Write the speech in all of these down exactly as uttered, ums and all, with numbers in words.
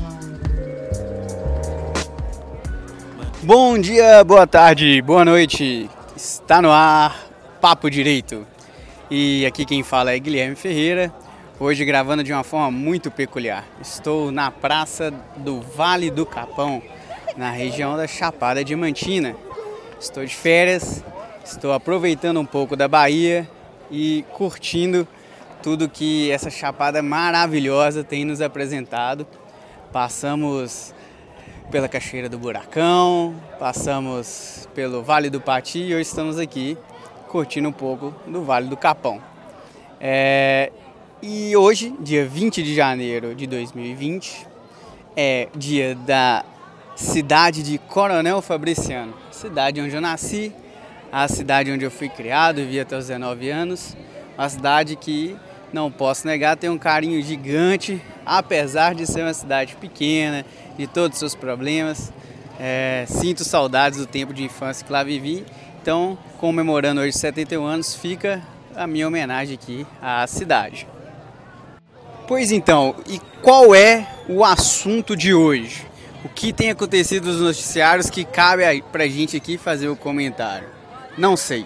Bom dia, boa tarde, boa noite. Está no ar Papo Direito. E aqui quem fala é Guilherme Ferreira. Hoje gravando de uma forma muito peculiar. Estou na praça do Vale do Capão, na região da Chapada Diamantina. Estou de férias, estou aproveitando um pouco da Bahia e curtindo tudo que essa chapada maravilhosa tem nos apresentado. Passamos pela Cachoeira do Buracão, passamos pelo Vale do Pati e hoje estamos aqui curtindo um pouco do Vale do Capão. É... E hoje, dia vinte de janeiro de dois mil e vinte, é dia da cidade de Coronel Fabriciano, cidade onde eu nasci, a cidade onde eu fui criado, vivi até os dezenove anos, uma cidade que, não posso negar, tem um carinho gigante, apesar de ser uma cidade pequena, de todos os seus problemas. É, sinto saudades do tempo de infância que lá vivi, então, comemorando hoje setenta e um anos, fica a minha homenagem aqui à cidade. Pois então, e qual é o assunto de hoje? O que tem acontecido nos noticiários que cabe pra gente aqui fazer o comentário? Não sei.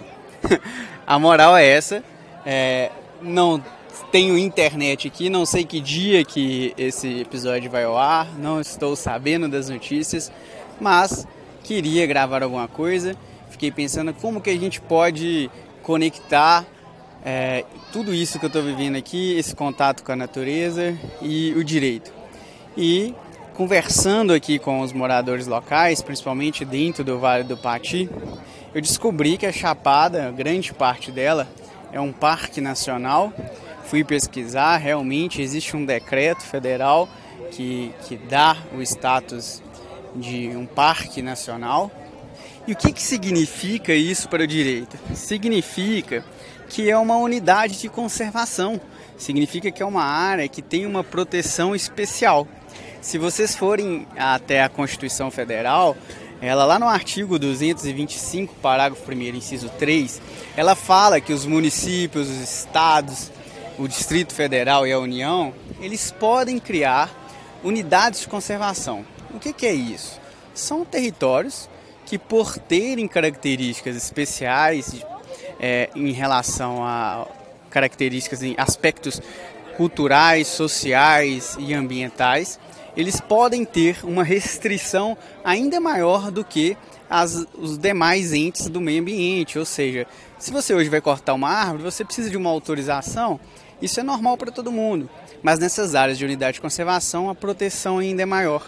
A moral é essa. É, não tenho internet aqui, não sei que dia que esse episódio vai ao ar, não estou sabendo das notícias, mas queria gravar alguma coisa. Fiquei pensando como que a gente pode conectar É, tudo isso que eu estou vivendo aqui, esse contato com a natureza e o direito. E conversando aqui com os moradores locais, principalmente dentro do Vale do Pati, eu descobri que a Chapada, grande parte dela, é um parque nacional. Fui pesquisar, realmente existe um decreto federal que, que dá o status de um parque nacional. E o que, que significa isso para o direito? Significa que é uma unidade de conservação, significa que é uma área que tem uma proteção especial. Se vocês forem até a Constituição Federal, ela lá no artigo duzentos e vinte e cinco, parágrafo primeiro, inciso três, ela fala que os municípios, os estados, o Distrito Federal e a União, eles podem criar unidades de conservação. O que, que é isso? São territórios que, por terem características especiais É, em relação a características em aspectos culturais, sociais e ambientais, eles podem ter uma restrição ainda maior do que as, os demais entes do meio ambiente. Ou seja, se você hoje vai cortar uma árvore, você precisa de uma autorização, isso é normal para todo mundo, mas nessas áreas de unidade de conservação a proteção ainda é maior.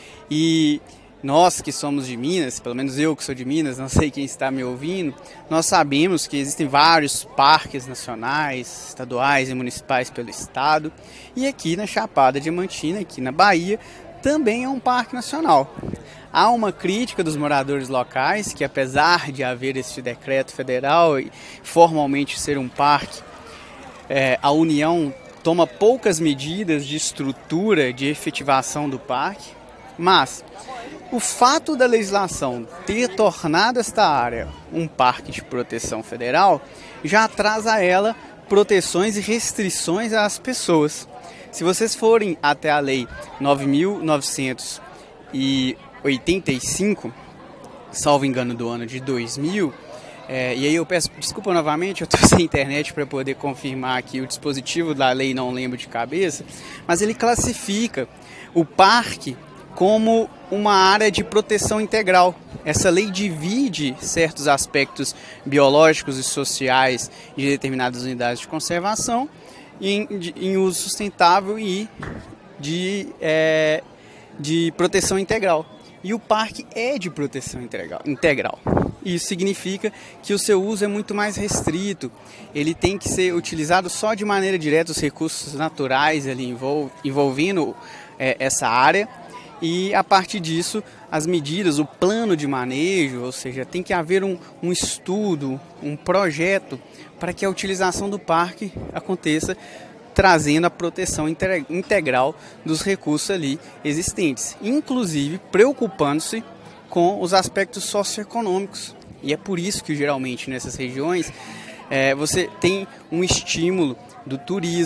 E nós que somos de Minas, pelo menos eu que sou de Minas, não sei quem está me ouvindo, nós sabemos que existem vários parques nacionais, estaduais e municipais pelo estado. E aqui na Chapada Diamantina, aqui na Bahia, também é um parque nacional. Há uma crítica dos moradores locais que, apesar de haver este decreto federal e formalmente ser um parque, é, a União toma poucas medidas de estrutura de efetivação do parque, mas o fato da legislação ter tornado esta área um parque de proteção federal já traz a ela proteções e restrições às pessoas. Se vocês forem até a Lei nove mil novecentos e oitenta e cinco, salvo engano do ano de dois mil, é, e aí eu peço desculpa novamente, eu estou sem internet para poder confirmar aqui o dispositivo da lei, não lembro de cabeça, mas ele classifica o parque como uma área de proteção integral. Essa lei divide certos aspectos biológicos e sociais de determinadas unidades de conservação em, em uso sustentável e de, é, de proteção integral. E o parque é de proteção integral. Isso significa que o seu uso é muito mais restrito. Ele tem que ser utilizado só de maneira direta, os recursos naturais ali envol, envolvendo é, essa área. E a partir disso, as medidas, o plano de manejo, ou seja, tem que haver um, um estudo, um projeto para que a utilização do parque aconteça, trazendo a proteção integral dos recursos ali existentes, inclusive preocupando-se com os aspectos socioeconômicos. E é por isso que geralmente nessas regiões é, você tem um estímulo do turismo,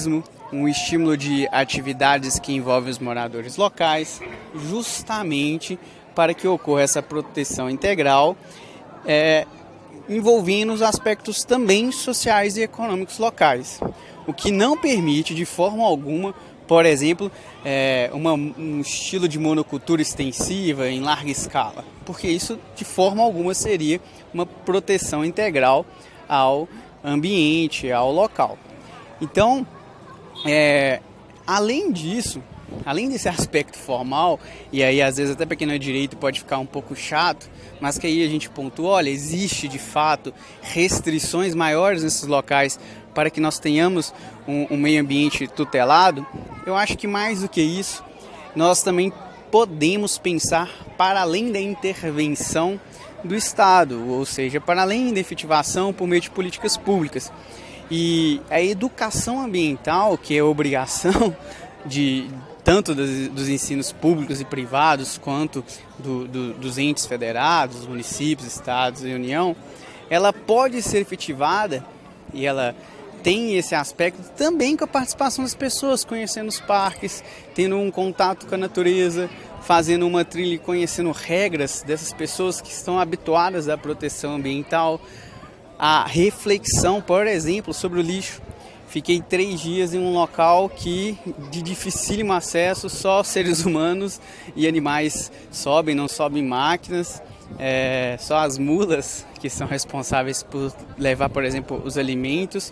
um estímulo de atividades que envolvem os moradores locais, justamente para que ocorra essa proteção integral, é, envolvendo os aspectos também sociais e econômicos locais, o que não permite de forma alguma, por exemplo, é, uma, um estilo de monocultura extensiva em larga escala, porque isso de forma alguma seria uma proteção integral ao ambiente, ao local. Então, é, além disso, além desse aspecto formal, e aí às vezes até para quem não é direito pode ficar um pouco chato, mas que aí a gente pontua, olha, existe de fato restrições maiores nesses locais para que nós tenhamos um, um meio ambiente tutelado. Eu acho que mais do que isso, nós também podemos pensar para além da intervenção do Estado, ou seja, para além da efetivação por meio de políticas públicas. E a educação ambiental, que é obrigação de tanto dos, dos ensinos públicos e privados, quanto do, do, dos entes federados, municípios, estados e União, ela pode ser efetivada, e ela tem esse aspecto também com a participação das pessoas, conhecendo os parques, tendo um contato com a natureza, fazendo uma trilha e conhecendo regras dessas pessoas que estão habituadas à proteção ambiental, a reflexão, por exemplo, sobre o lixo. Fiquei três dias em um local que, de dificílimo acesso, só seres humanos e animais sobem, não sobem máquinas, é, só as mulas que são responsáveis por levar, por exemplo, os alimentos.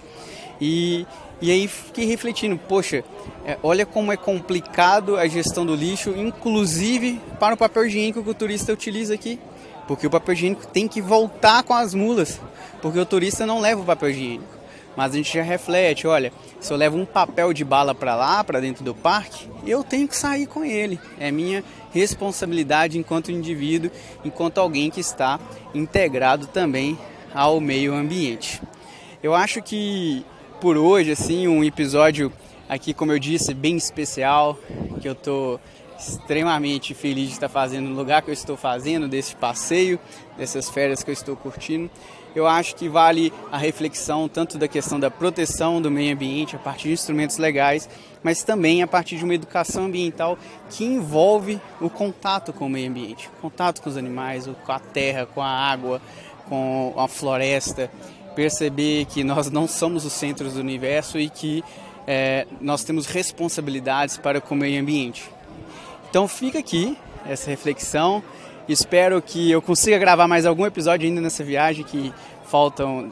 E, e aí fiquei refletindo, poxa, é, olha como é complicado a gestão do lixo, inclusive para o papel higiênico que o turista utiliza aqui. Porque o papel higiênico tem que voltar com as mulas, porque o turista não leva o papel higiênico. Mas a gente já reflete, olha, se eu levo um papel de bala para lá, para dentro do parque, eu tenho que sair com ele. É minha responsabilidade enquanto indivíduo, enquanto alguém que está integrado também ao meio ambiente. Eu acho que por hoje, assim, um episódio aqui, como eu disse, bem especial, que eu estou extremamente feliz de estar fazendo no lugar que eu estou fazendo, desse passeio, dessas férias que eu estou curtindo. Eu acho que vale a reflexão tanto da questão da proteção do meio ambiente a partir de instrumentos legais, mas também a partir de uma educação ambiental que envolve o contato com o meio ambiente, o contato com os animais, com a terra, com a água, com a floresta, perceber que nós não somos os centros do universo e que é, nós temos responsabilidades para com o meio ambiente. Então fica aqui essa reflexão, espero que eu consiga gravar mais algum episódio ainda nessa viagem, que faltam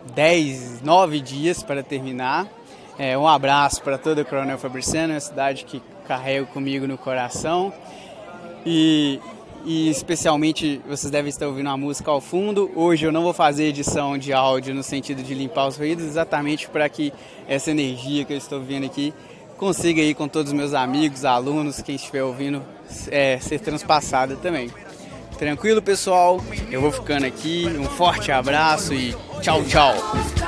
dez, nove dias para terminar. É, um abraço para toda a Coronel Fabriciano, uma cidade que carrego comigo no coração. E, e especialmente vocês devem estar ouvindo uma música ao fundo. Hoje eu não vou fazer edição de áudio no sentido de limpar os ruídos, exatamente para que essa energia que eu estou vendo aqui consiga ir com todos os meus amigos, alunos, quem estiver ouvindo, é, ser transpassada também. Tranquilo, pessoal? Eu vou ficando aqui. Um forte abraço e tchau, tchau!